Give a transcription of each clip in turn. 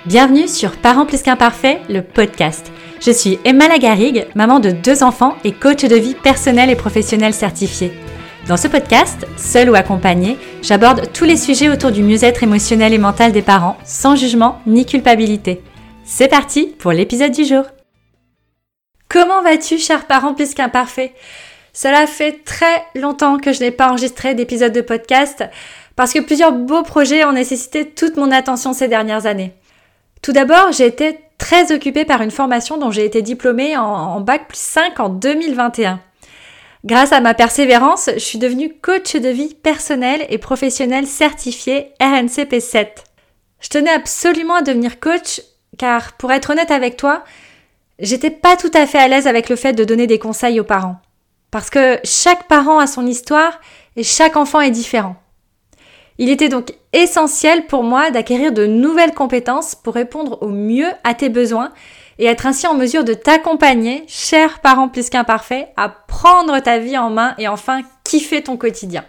Bienvenue sur Parents plus qu'imparfaits, le podcast. Je suis Emma Lagarigue, maman de 2 enfants et coach de vie personnelle et professionnelle certifiée. Dans ce podcast, seule ou accompagnée, j'aborde tous les sujets autour du mieux-être émotionnel et mental des parents, sans jugement ni culpabilité. C'est parti pour l'épisode du jour. Comment vas-tu, chers parents plus qu'imparfaits ? Cela fait très longtemps que je n'ai pas enregistré d'épisode de podcast parce que plusieurs beaux projets ont nécessité toute mon attention ces dernières années. Tout d'abord, j'ai été très occupée par une formation dont j'ai été diplômée en Bac plus 5 en 2021. Grâce à ma persévérance, je suis devenue coach de vie personnelle et professionnelle certifiée RNCP 7. Je tenais absolument à devenir coach car, pour être honnête avec toi, j'étais pas tout à fait à l'aise avec le fait de donner des conseils aux parents. Parce que chaque parent a son histoire et chaque enfant est différent. Il était donc essentiel pour moi d'acquérir de nouvelles compétences pour répondre au mieux à tes besoins et être ainsi en mesure de t'accompagner, cher parent plus qu'imparfait, à prendre ta vie en main et enfin kiffer ton quotidien.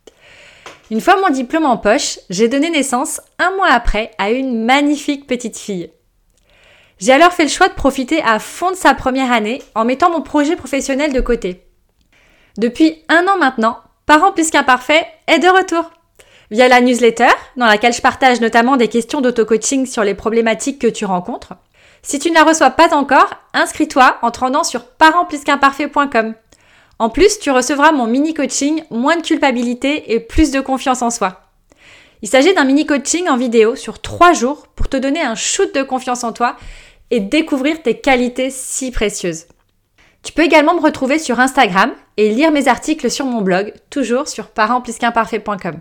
Une fois mon diplôme en poche, j'ai donné naissance 1 mois après à une magnifique petite fille. J'ai alors fait le choix de profiter à fond de sa première année en mettant mon projet professionnel de côté. Depuis 1 an maintenant, Parents plus qu'imparfait est de retour. Via la newsletter, dans laquelle je partage notamment des questions d'auto-coaching sur les problématiques que tu rencontres. Si tu ne la reçois pas encore, inscris-toi en te rendant sur parentsplusqu'imparfait.com. En plus, tu recevras mon mini-coaching, moins de culpabilité et plus de confiance en soi. Il s'agit d'un mini-coaching en vidéo sur 3 jours pour te donner un shoot de confiance en toi et découvrir tes qualités si précieuses. Tu peux également me retrouver sur Instagram et lire mes articles sur mon blog, toujours sur parentsplusqu'imparfait.com.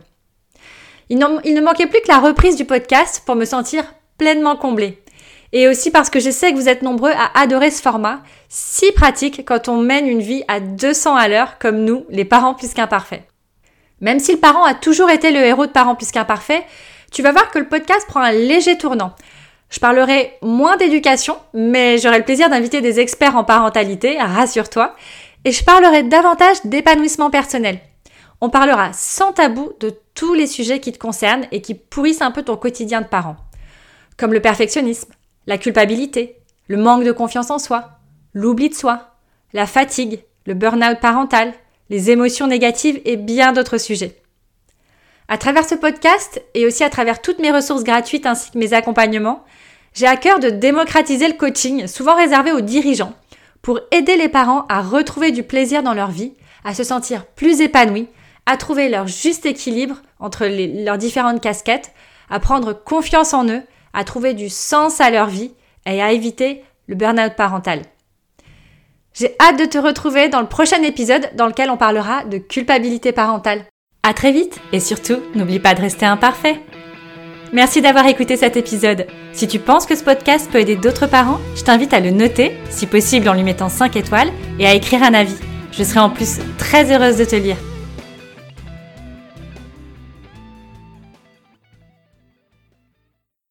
Il ne manquait plus que la reprise du podcast pour me sentir pleinement comblée. Et aussi parce que je sais que vous êtes nombreux à adorer ce format, si pratique quand on mène une vie à 200 à l'heure comme nous, les parents plus qu'imparfaits. Même si le parent a toujours été le héros de Parents plus qu'imparfaits, tu vas voir que le podcast prend un léger tournant. Je parlerai moins d'éducation, mais j'aurai le plaisir d'inviter des experts en parentalité, rassure-toi, et je parlerai davantage d'épanouissement personnel. On parlera sans tabou de tous les sujets qui te concernent et qui pourrissent un peu ton quotidien de parent, comme le perfectionnisme, la culpabilité, le manque de confiance en soi, l'oubli de soi, la fatigue, le burn-out parental, les émotions négatives et bien d'autres sujets. À travers ce podcast et aussi à travers toutes mes ressources gratuites ainsi que mes accompagnements, j'ai à cœur de démocratiser le coaching, souvent réservé aux dirigeants, pour aider les parents à retrouver du plaisir dans leur vie, à se sentir plus épanouis, à trouver leur juste équilibre entre leurs différentes casquettes, à prendre confiance en eux, à trouver du sens à leur vie et à éviter le burn-out parental. J'ai hâte de te retrouver dans le prochain épisode dans lequel on parlera de culpabilité parentale. À très vite et surtout, n'oublie pas de rester imparfait. Merci d'avoir écouté cet épisode. Si tu penses que ce podcast peut aider d'autres parents, je t'invite à le noter, si possible en lui mettant 5 étoiles, et à écrire un avis. Je serai en plus très heureuse de te lire.